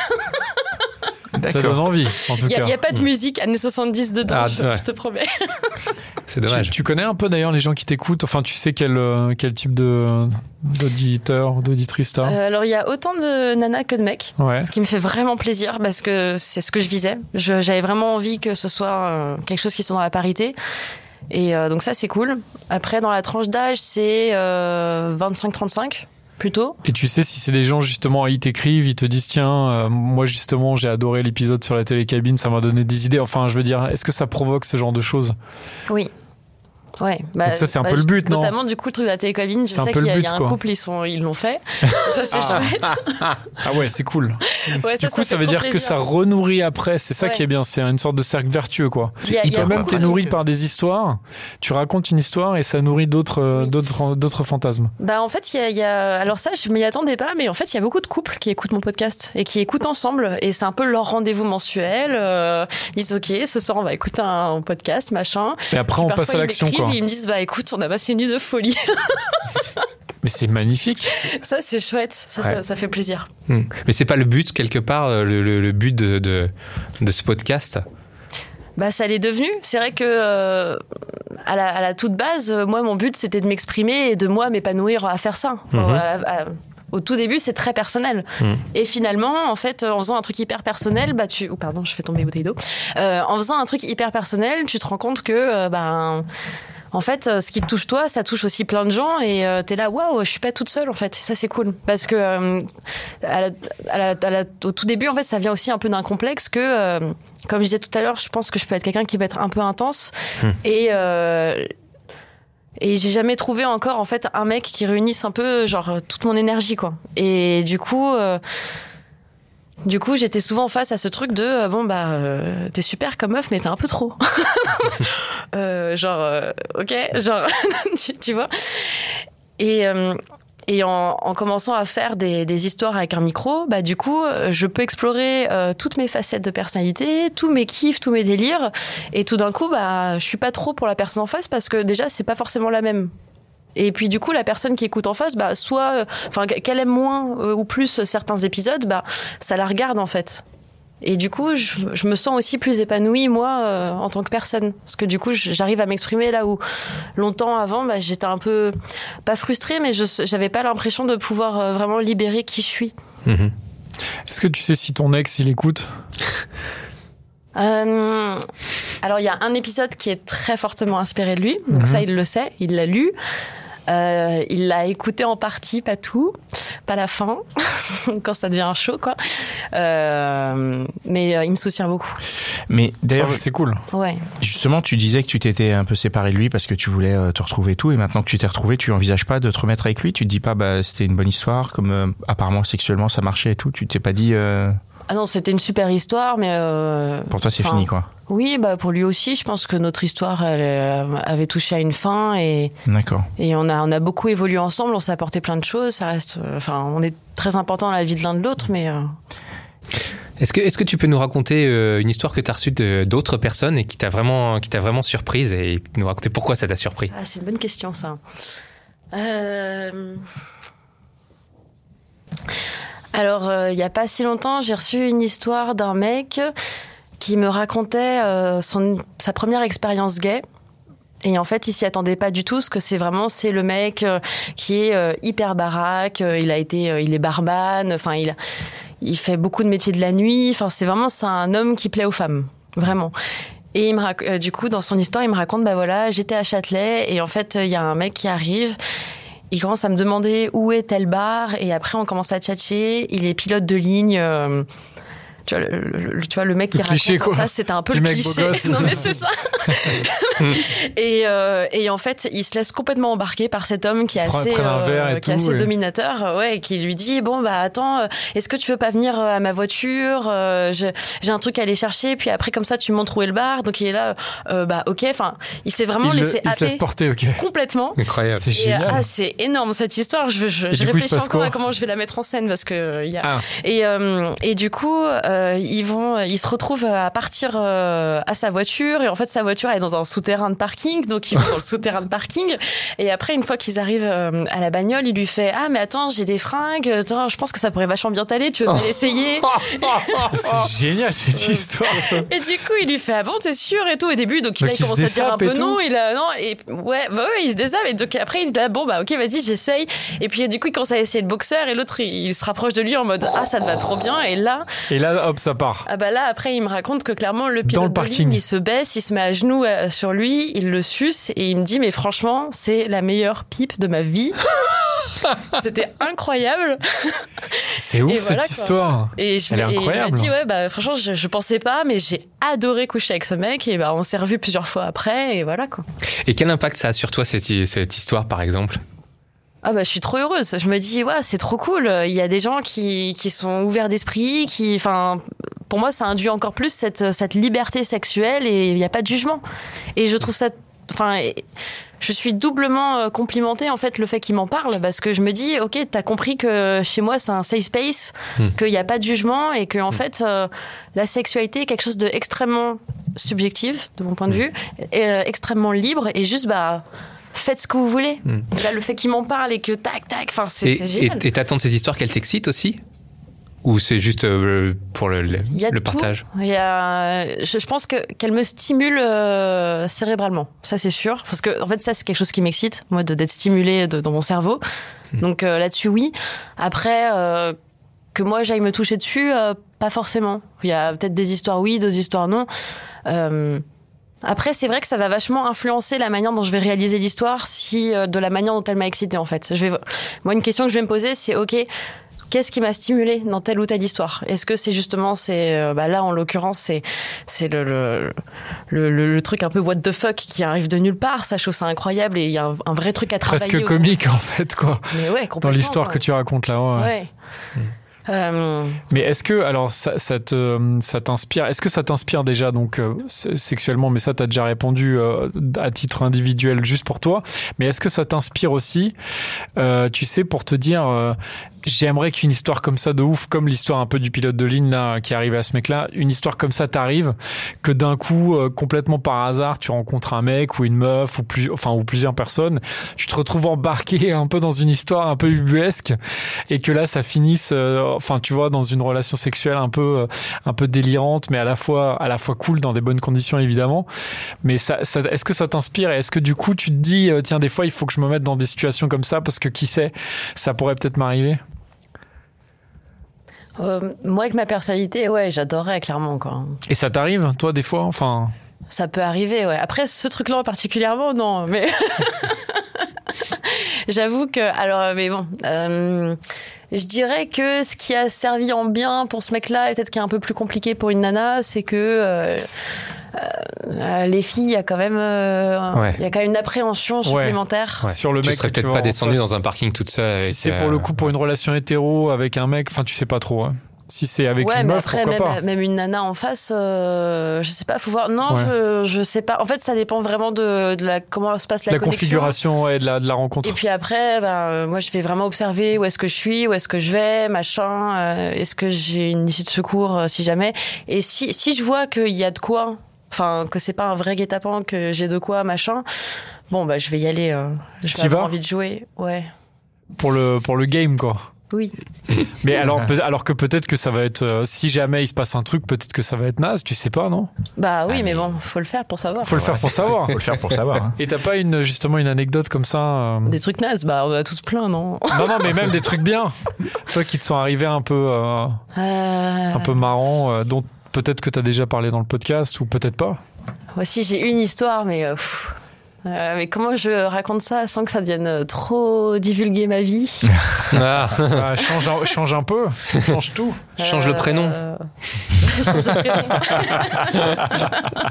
Ça donne envie, en tout y a, cas. Il n'y a pas de musique années soixante-dix dedans, ah, je, ouais. je te promets. C'est dommage. Tu, tu connais un peu d'ailleurs les gens qui t'écoutent? Enfin, tu sais quel, quel type de, d'auditeur, d'auditrice t'as? euh, Alors, il y a autant de nanas que de mecs, ouais. ce qui me fait vraiment plaisir parce que c'est ce que je visais. Je, j'avais vraiment envie que ce soit euh, quelque chose qui soit dans la parité. Et euh, donc ça, c'est cool. Après, dans la tranche d'âge, c'est euh, vingt-cinq trente-cinq. Plutôt. Et tu sais si c'est des gens justement, ils t'écrivent, ils te disent tiens, euh, moi justement j'ai adoré l'épisode sur la télécabine, ça m'a donné des idées. Enfin, je veux dire, est-ce que ça provoque ce genre de choses? Oui. Ouais. Bah, donc ça c'est un bah, peu le but, non? Notamment du coup le truc de la télécabine, je c'est sais qu'il y a, but, y a un couple, ils sont, ils l'ont fait. Ça c'est ah. chouette. Ah ouais, c'est cool. Ouais, du ça, coup, ça, ça veut dire plaisir. que ça renourrit après. C'est ça ouais. qui est bien. C'est une sorte de cercle vertueux, quoi. Y a, et y a toi-même, t'es nourri que... par des histoires. Tu racontes une histoire et ça nourrit d'autres, oui. d'autres, d'autres fantasmes. Bah en fait, il y a, y a, alors ça, je m'y attendais pas, mais en fait, il y a beaucoup de couples qui écoutent mon podcast et qui écoutent ensemble. Et c'est un peu leur rendez-vous mensuel. Euh, ils disent ok, ce soir on va écouter un podcast, machin. Et après, et on passe à l'action, quoi. Et ils me disent bah écoute, on a passé une nuit de folie. Mais c'est magnifique. Ça, c'est chouette. Ça, ouais. ça, ça fait plaisir. Mmh. Mais c'est pas le but, quelque part, le, le, le but de, de, de ce podcast? Bah, ça l'est devenu. C'est vrai que, euh, à, la, à la toute base, moi, mon but, c'était de m'exprimer et de, moi, m'épanouir à faire ça. Enfin, mmh. à, à, au tout début, c'est très personnel. Mmh. Et finalement, en fait, en faisant un truc hyper personnel, bah, tu... Oh, pardon, je fais tomber une bouteille d'eau. Euh, en faisant un truc hyper personnel, tu te rends compte que, euh, bah, en fait, ce qui te touche toi, ça touche aussi plein de gens et euh, t'es là, waouh, je suis pas toute seule en fait. Ça c'est cool parce que euh, à la, à la, à la, au tout début, en fait, ça vient aussi un peu d'un complexe que, euh, comme je disais tout à l'heure, je pense que je peux être quelqu'un qui peut être un peu intense mmh. et euh, et j'ai jamais trouvé encore en fait un mec qui réunisse un peu genre toute mon énergie quoi. Et du coup. Euh, Du coup, j'étais souvent face à ce truc de euh, bon bah euh, t'es super comme meuf, mais t'es un peu trop. euh, genre euh, ok, genre tu, tu vois. Et euh, et en, en commençant à faire des, des histoires avec un micro, bah du coup, je peux explorer euh, toutes mes facettes de personnalité, tous mes kiffs, tous mes délires, et tout d'un coup, bah je suis pas trop pour la personne en face parce que déjà c'est pas forcément la même. Et puis du coup, la personne qui écoute en face, bah soit, enfin euh, qu'elle aime moins euh, ou plus certains épisodes, bah ça la regarde en fait. Et du coup, je, je me sens aussi plus épanouie moi euh, en tant que personne, parce que du coup, j'arrive à m'exprimer là où longtemps avant, bah, j'étais un peu pas frustrée, mais je j'avais pas l'impression de pouvoir euh, vraiment libérer qui je suis. Mmh. Est-ce que tu sais si ton ex il écoute? Euh, alors il y a un épisode qui est très fortement inspiré de lui, donc mmh. ça il le sait, il l'a lu. Euh, il l'a écouté en partie, pas tout, pas la fin, quand ça devient un show, quoi. Euh, mais euh, il me soutient beaucoup. Mais d'ailleurs, c'est cool. Ouais. Justement, tu disais que tu t'étais un peu séparé de lui parce que tu voulais euh, te retrouver et tout, et maintenant que tu t'es retrouvé, tu envisages pas de te remettre avec lui? Tu te dis pas, bah c'était une bonne histoire, comme euh, apparemment sexuellement ça marchait et tout, tu t'es pas dit... Euh... Ah non, c'était une super histoire, mais... Euh, pour toi, c'est fini, quoi. Oui, bah pour lui aussi, je pense que notre histoire, elle euh, avait touché à une fin et... D'accord. Et on a, on a beaucoup évolué ensemble, on s'est apporté plein de choses, ça reste... Enfin, euh, on est très important dans la vie de l'un de l'autre, mais... Euh... Est-ce que, est-ce que tu peux nous raconter euh, une histoire que tu as reçue de, d'autres personnes et qui t'a vraiment, qui t'a vraiment surprise et nous raconter pourquoi ça t'a surpris? Ah, c'est une bonne question, ça. Euh... Alors, euh, il n'y a pas si longtemps, j'ai reçu une histoire d'un mec qui me racontait euh, son, sa première expérience gay. Et en fait, il s'y attendait pas du tout, parce que c'est vraiment, c'est le mec euh, qui est euh, hyper baraque, euh, il a été, euh, il est barman, enfin, il, il fait beaucoup de métiers de la nuit, enfin, c'est vraiment, c'est un homme qui plaît aux femmes, vraiment. Et il me rac- euh, du coup, dans son histoire, il me raconte, bah voilà, j'étais à Châtelet, et en fait, il y a un mec qui arrive, il commence à me demander où est tel bar, et après on commence à tchatcher. Il est pilote de ligne euh, tu vois, le, le, tu vois, le mec qui le raconte cliché, en quoi. face, c'était un peu Le le mec cliché. beau gosse. Non, mais c'est ça. et, euh, et en fait, il se laisse complètement embarquer par cet homme qui est Prends- assez, prenne un verre et qui est tout, assez et- dominateur, ouais, et qui lui dit, bon, bah, attends, est-ce que tu veux pas venir à ma voiture? Euh, j'ai, j'ai un truc à aller chercher, puis après, comme ça, tu montres où est le bar. Donc, il est là, euh, bah, ok. Enfin, il s'est vraiment il, laissé il se laisse happer porter, ok. complètement. Incroyable. C'est Et, génial. ah, c'est énorme cette histoire. Je, je, Et je du coup, il se réfléchis passe encore quoi à comment je vais la mettre en scène parce que il y a. Ah. Et euh, et du coup, euh, ils vont, ils se retrouvent à partir euh, à sa voiture et en fait sa voiture elle est dans un souterrain de parking, donc ils vont dans le souterrain de parking. Et après une fois qu'ils arrivent euh, à la bagnole, il lui fait ah mais attends j'ai des fringues, attends, je pense que ça pourrait vachement bien t'aller, tu veux pas l'essayer? C'est génial cette histoire. Et du coup, il lui fait ah bon, t'es sûr et tout au début, donc, Donc là il il se commence à dire un dessape et peu tout. non, il a non et ouais, bah ouais, il se désable et donc après il dit ah, bon bah ok vas-y j'essaye et puis du coup il commence à essayer le boxeur et l'autre il, il se rapproche de lui en mode ah ça te va trop bien et là Et là, hop, ça part. ah bah là après il me raconte que clairement le Dans pilote le de parking. ligne il se baisse, il se met à genoux euh, sur lui, il le suce et il me dit mais franchement c'est la meilleure pipe de ma vie. C'était incroyable. C'est ouf Et voilà, cette quoi. histoire. Et je Elle est et il m'a incroyable. dit ouais bah franchement je, je pensais pas mais j'ai adoré coucher avec ce mec et bah on s'est revus plusieurs fois après et voilà quoi. Et quel impact ça a sur toi, cette, cette histoire, par exemple? Ah bah je suis trop heureuse. Je me dis ouais c'est trop cool. Il y a des gens qui qui sont ouverts d'esprit, qui enfin pour moi ça induit encore plus cette cette liberté sexuelle et il n'y a pas de jugement. Et je trouve ça enfin je suis doublement complimentée en fait le fait qu'il m'en parle parce que je me dis ok t'as compris que chez moi c'est un safe space, mmh. qu'il n'y a pas de jugement et que en mmh. fait euh, la sexualité est quelque chose de extrêmement subjectif de mon point de vue, et, euh, extrêmement libre et juste bah faites ce que vous voulez. Mmh. Et là le fait qu'il m'en parle et que tac tac enfin c'est, et, c'est génial. Et t'attends de ces histoires qu'elles t'excitent aussi? Ou c'est juste euh, pour le, le, le partage? Il y a, je, je pense que qu'elle me stimule euh, cérébralement, ça c'est sûr, parce que en fait ça c'est quelque chose qui m'excite, moi de, d'être stimulée de, dans mon cerveau. Mmh. Donc euh, là-dessus oui. Après euh, que moi j'aille me toucher dessus, euh, pas forcément. Il y a peut-être des histoires oui, d'autres histoires non. Euh, Après, c'est vrai que ça va vachement influencer la manière dont je vais réaliser l'histoire, si euh, de la manière dont elle m'a excitée en fait. Je vais, moi une question que je vais me poser c'est ok. Qu'est-ce qui m'a stimulé dans telle ou telle histoire? Est-ce que c'est justement, c'est, euh, bah là en l'occurrence, c'est, c'est le, le, le, le, le truc un peu what the fuck qui arrive de nulle part. Ça, je trouve ça incroyable et il y a un, un vrai truc à travailler. Presque comique en fait, quoi. Mais ouais, complètement. Dans l'histoire quoi. que tu racontes là, ouais. Ouais. Mmh. Euh... Mais est-ce que, alors, ça, ça, te, ça t'inspire, est-ce que ça t'inspire déjà, donc, euh, sexuellement, mais ça, t'as déjà répondu euh, à titre individuel juste pour toi, mais est-ce que ça t'inspire aussi, euh, tu sais, pour te dire, euh, j'aimerais qu'une histoire comme ça de ouf, comme l'histoire un peu du pilote de ligne, là, qui est arrivé à ce mec-là, une histoire comme ça t'arrive, que d'un coup, euh, complètement par hasard, tu rencontres un mec ou une meuf, ou plus, enfin, ou plusieurs personnes, tu te retrouves embarqué un peu dans une histoire un peu ubuesque, et que là, ça finisse, euh, enfin, tu vois, dans une relation sexuelle un peu, un peu délirante, mais à la fois, à la fois cool dans des bonnes conditions, évidemment. Mais ça, ça, est-ce que ça t'inspire et est-ce que du coup, tu te dis, euh, tiens, des fois, il faut que je me mette dans des situations comme ça parce que qui sait, ça pourrait peut-être m'arriver? Euh, moi, avec ma personnalité, ouais, j'adorerais clairement, quoi. Et ça t'arrive, toi, des fois, enfin? Ça peut arriver, ouais. Après, ce truc-là particulièrement, non, mais j'avoue que, alors, mais bon. Euh... Je dirais que ce qui a servi en bien pour ce mec-là, et peut-être qui est un peu plus compliqué pour une nana, c'est que euh, euh, les filles, il y a quand même, euh, ouais. il y a quand même une appréhension supplémentaire ouais. sur le tu mec. serais peut-être pas descendu dans un parking toute seule. Avec, si c'est pour euh... le coup pour une relation hétéro avec un mec, enfin tu sais pas trop. Hein. Si c'est avec ouais, une mais meuf, après, pourquoi même, pas même une nana en face, euh, je sais pas, faut voir. Non, ouais. je, je sais pas. En fait, ça dépend vraiment de, de la, comment se passe la, la connexion. configuration ouais, de, la, de la rencontre. Et puis après, ben, moi, je vais vraiment observer où est-ce que je suis, où est-ce que je vais, machin. Euh, est-ce que j'ai une issue de secours, euh, si jamais. Et si, si je vois qu'il y a de quoi, enfin, que c'est pas un vrai guet-apens, que j'ai de quoi, machin, bon, bah, je vais y aller. Euh, je vais avoir envie de jouer. Ouais. Pour le, pour le game, quoi. Oui. Mais alors, alors que peut-être que ça va être, euh, si jamais il se passe un truc, peut-être que ça va être naze, tu sais pas, non? Bah oui, ah, mais... mais bon, faut le faire pour savoir. Faut le faire ouais, pour savoir. Faut le faire pour savoir. Hein. Et t'as pas une, justement une anecdote comme ça euh... Des trucs nazes, bah on a tous plein, non? Non, non, mais même des trucs bien. Toi qui te sont arrivés un peu, euh, euh... un peu marrants, euh, dont peut-être que t'as déjà parlé dans le podcast ou peut-être pas. Voici, j'ai une histoire, mais. Euh, pff... Euh, mais comment je raconte ça sans que ça devienne trop divulguer ma vie? Ah. Ah, change, un, change un peu, change tout. Change le prénom. Euh... change le prénom.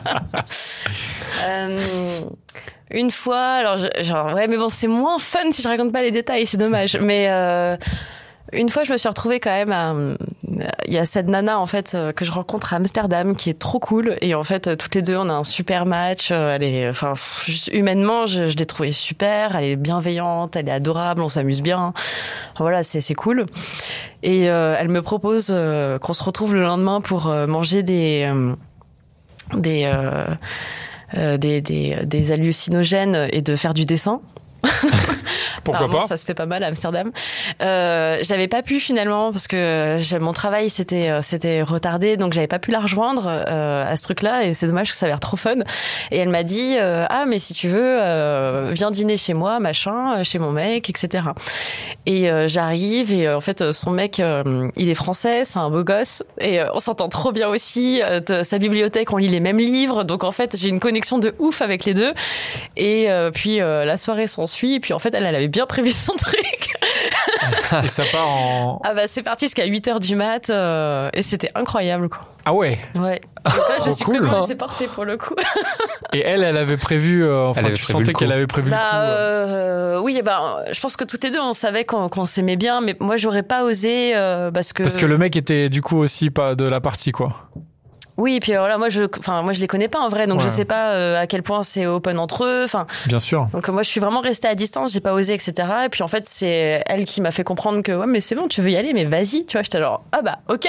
euh... Une fois, alors genre ouais, mais bon, c'est moins fun si je raconte pas les détails, c'est dommage. Mais euh, une fois, je me suis retrouvée quand même à, il y a cette nana en fait que je rencontre à Amsterdam qui est trop cool, et en fait toutes les deux on a un super match. Elle est, enfin juste humainement, je, je l'ai trouvée super. Elle est bienveillante, elle est adorable, on s'amuse bien. Voilà, c'est c'est cool. Et euh, elle me propose euh, qu'on se retrouve le lendemain pour euh, manger des euh, des euh, Euh, des, des, des hallucinogènes et de faire du dessin. Pourquoi pas? Ça se fait pas mal à Amsterdam. Euh, j'avais pas pu finalement parce que mon travail c'était c'était retardé, donc j'avais pas pu la rejoindre euh, à ce truc-là, et c'est dommage parce que ça a l'air trop fun. Et elle m'a dit euh, ah mais si tu veux euh, viens dîner chez moi machin, chez mon mec, et cetera. Et euh, j'arrive et euh, en fait son mec euh, il est français, c'est un beau gosse, et euh, on s'entend trop bien aussi. Euh, de sa bibliothèque on lit les mêmes livres, donc en fait j'ai une connexion de ouf avec les deux. Et euh, puis euh, la soirée s'ensuit, et puis en fait elle elle avait bien prévu son truc. Et ça part en... Ah bah c'est parti jusqu'à huit heures du mat, euh, et c'était incroyable quoi. Ah ouais. Ouais. Donc là, je suis cool, comment hein. elle s'est portée pour le coup. Et elle, elle avait prévu, euh, enfin Elle avait tu prévu sentais le coup. qu'elle avait prévu Bah le coup. euh. euh, oui, bah je pense que toutes les deux on savait qu'on, qu'on s'aimait bien, mais moi j'aurais pas osé euh, parce que Parce que le mec était du coup aussi pas de la partie, quoi. oui, et puis alors là moi je enfin moi je les connais pas en vrai, donc Ouais. je sais pas euh, à quel point c'est open entre eux, enfin Bien sûr. donc moi je suis vraiment restée à distance, j'ai pas osé, etc. Et puis en fait c'est elle qui m'a fait comprendre que ouais mais c'est bon, tu veux y aller, mais vas-y, tu vois. J'étais genre ah bah ok.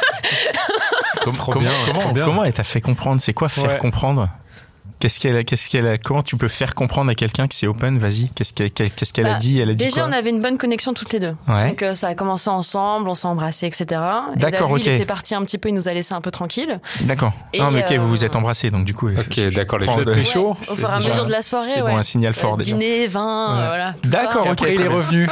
Com- Trop comment, bien, comment, trop bien. comment elle t'a fait comprendre? C'est quoi faire Ouais. comprendre? Qu'est-ce qu'elle, a- qu'est-ce qu'elle a, comment tu peux faire comprendre à quelqu'un que c'est open? Vas-y, qu'est-ce qu'elle, qu'est-ce qu'elle a Bah, dit? Elle a dit Déjà quoi? on avait une bonne connexion toutes les deux. Ouais. Donc euh, ça a commencé ensemble, on s'est embrassés, et cetera. Et D'accord, là, lui, ok. il était parti un petit peu, il nous a laissé un peu tranquille. D'accord. Et, non, mais ok, euh, vous vous êtes embrassés, donc du coup. Ok, je- je d'accord, les comprends Vous êtes de- pécho Au C'est fur et à déjà- mesure de la soirée, c'est ouais. bon, un signal fort, Euh, déjà. Dîner, vin, Ouais. euh, voilà. tout D'accord, ça. Et ok. après, il très est bien. revenu.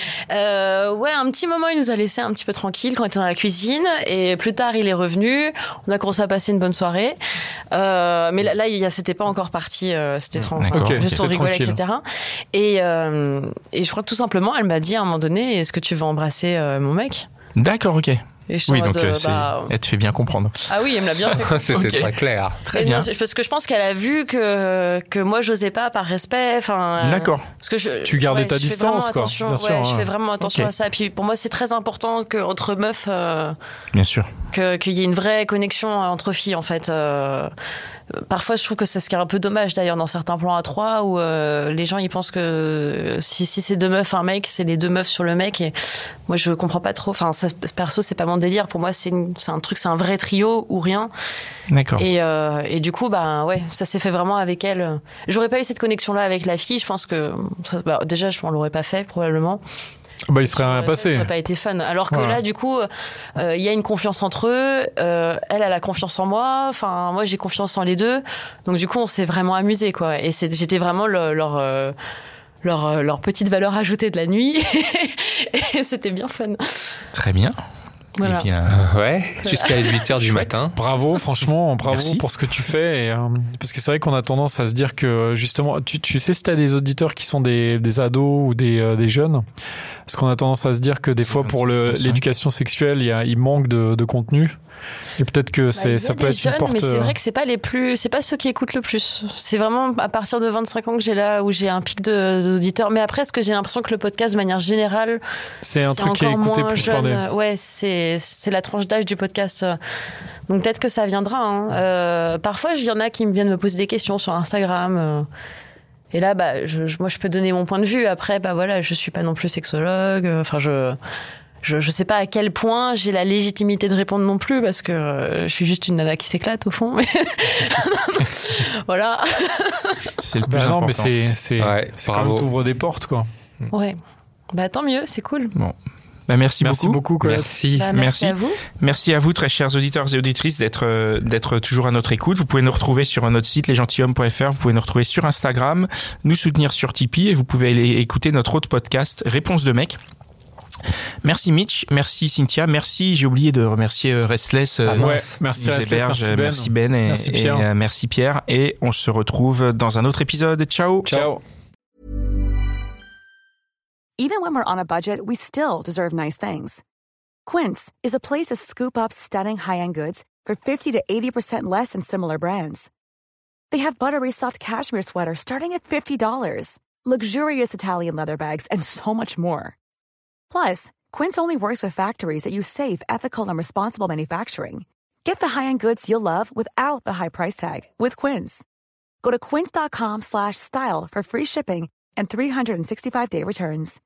Euh, ouais, un petit moment, il nous a laissé un petit peu tranquille quand on était dans la cuisine. Et plus tard, il est revenu. On a commencé à passer une bonne soirée. Euh, mais là, là, il y a- c'était pas encore parti. Euh, c'était tranquille. D'accord, ok. Juste on C'est rigolait, tranquille. et cetera. Et, euh, et je crois que tout simplement, elle m'a dit à un moment donné, est-ce que tu veux embrasser euh, mon mec? D'accord, ok. Et je Oui, donc euh, c'est... bah, elle te fait bien comprendre. ah oui, elle me l'a bien fait. C'était Ok. très clair. Très Et bien. non, c'est- parce que je pense qu'elle a vu que que moi j'osais pas par respect, enfin. euh, D'accord. Parce que je, Tu gardais ouais, ta je fais distance, vraiment quoi. attention, Bien ouais, sûr, je ouais. fais vraiment attention Ok. à ça. Puis pour moi, c'est très important que entre meufs, euh, Bien sûr. que qu'il y ait une vraie connexion entre filles en fait. Euh, parfois, je trouve que c'est ce qui est un peu dommage d'ailleurs dans certains plans à trois où euh, les gens ils pensent que si si c'est deux meufs un mec, c'est les deux meufs sur le mec, et moi je comprends pas trop. Enfin, ça, perso, c'est pas mon délire. Pour moi, c'est une- c'est un truc, c'est un vrai trio ou rien. D'accord. Et, euh, et du coup, bah ouais, ça s'est fait vraiment avec elle. J'aurais pas eu cette connexion-là avec la fille. Je pense que ça, bah, déjà, je m'en l'aurais pas fait probablement. Bah, il serait rien Ça, passé. Ça aurait pas été fun. Alors que Ouais. là, du coup, euh, il y a une confiance entre eux. Euh, elle, elle a confiance en moi. Enfin, moi, j'ai confiance en les deux. Donc du coup, on s'est vraiment amusés, quoi. Et c'est, j'étais vraiment le- leur euh, leur euh, leur petite valeur ajoutée de la nuit. Et c'était bien fun. Très bien. Voilà. Eh bien, Euh, ouais, jusqu'à huit heures du Chouette. matin. Bravo, franchement, bravo Merci. pour ce que tu fais. Et, euh, parce que c'est vrai qu'on a tendance à se dire que, justement, tu, tu sais, si t'as des auditeurs qui sont des, des ados ou des, euh, des jeunes, parce qu'on a tendance à se dire que des fois, un pour petit le, peu ça. l'éducation sexuelle, il, y a, il manque de, de contenu. Et peut-être que Bah, c'est, il y a ça peut des être jeunes, une porte. mais c'est euh, vrai que c'est pas les plus, c'est pas ceux qui écoutent le plus. C'est vraiment à partir de vingt-cinq ans que j'ai là où j'ai un pic de, d'auditeurs. Mais après, ce que j'ai l'impression que le podcast, de manière générale, c'est un truc qui est encore écouté moins plus par jeune. des. Ouais, c'est c'est la tranche d'âge du podcast. Donc peut-être que ça viendra. Hein. Euh, parfois, il y en a qui me viennent me poser des questions sur Instagram. euh, Et là, bah, je, je- moi, je peux donner mon point de vue. Après, bah voilà, je suis pas non plus sexologue. euh, Enfin, je. Je, je sais pas à quel point j'ai la légitimité de répondre non plus parce que euh, je suis juste une nana qui s'éclate au fond. Mais voilà. c'est le plus Bah non, important. mais c'est, c'est, Ouais, c'est bravo. quand même t'ouvres des portes, quoi. Ouais. Bah tant mieux, c'est cool. Bah, merci, Merci beaucoup. beaucoup, Colette. Merci. Bah, merci, Merci. à vous. Merci à vous, très chers auditeurs et auditrices, d'être euh, d'être toujours à notre écoute. Vous pouvez nous retrouver sur notre site les gentilshommes point f r. Vous pouvez nous retrouver sur Instagram, nous soutenir sur Tipeee, et vous pouvez aller écouter notre autre podcast Réponse de mec. Merci Mitch, merci Cynthia, merci, j'ai oublié de remercier Restless. Ah, ouais, merci Restless, héberge, merci Ben, merci Ben et merci Pierre. Et, euh, merci Pierre. Et on se retrouve dans un autre épisode. Ciao. Ciao. Even when we're on a budget, we still deserve nice things. Quince is a place to scoop up stunning high-end goods for fifty to eighty percent less than similar brands. They have buttery soft cashmere sweaters starting at fifty dollars, luxurious Italian leather bags, and so much more. Plus, Quince only works with factories that use safe, ethical, and responsible manufacturing. Get the high-end goods you'll love without the high price tag with Quince. Go to quince.com slash style for free shipping and three sixty-five day returns.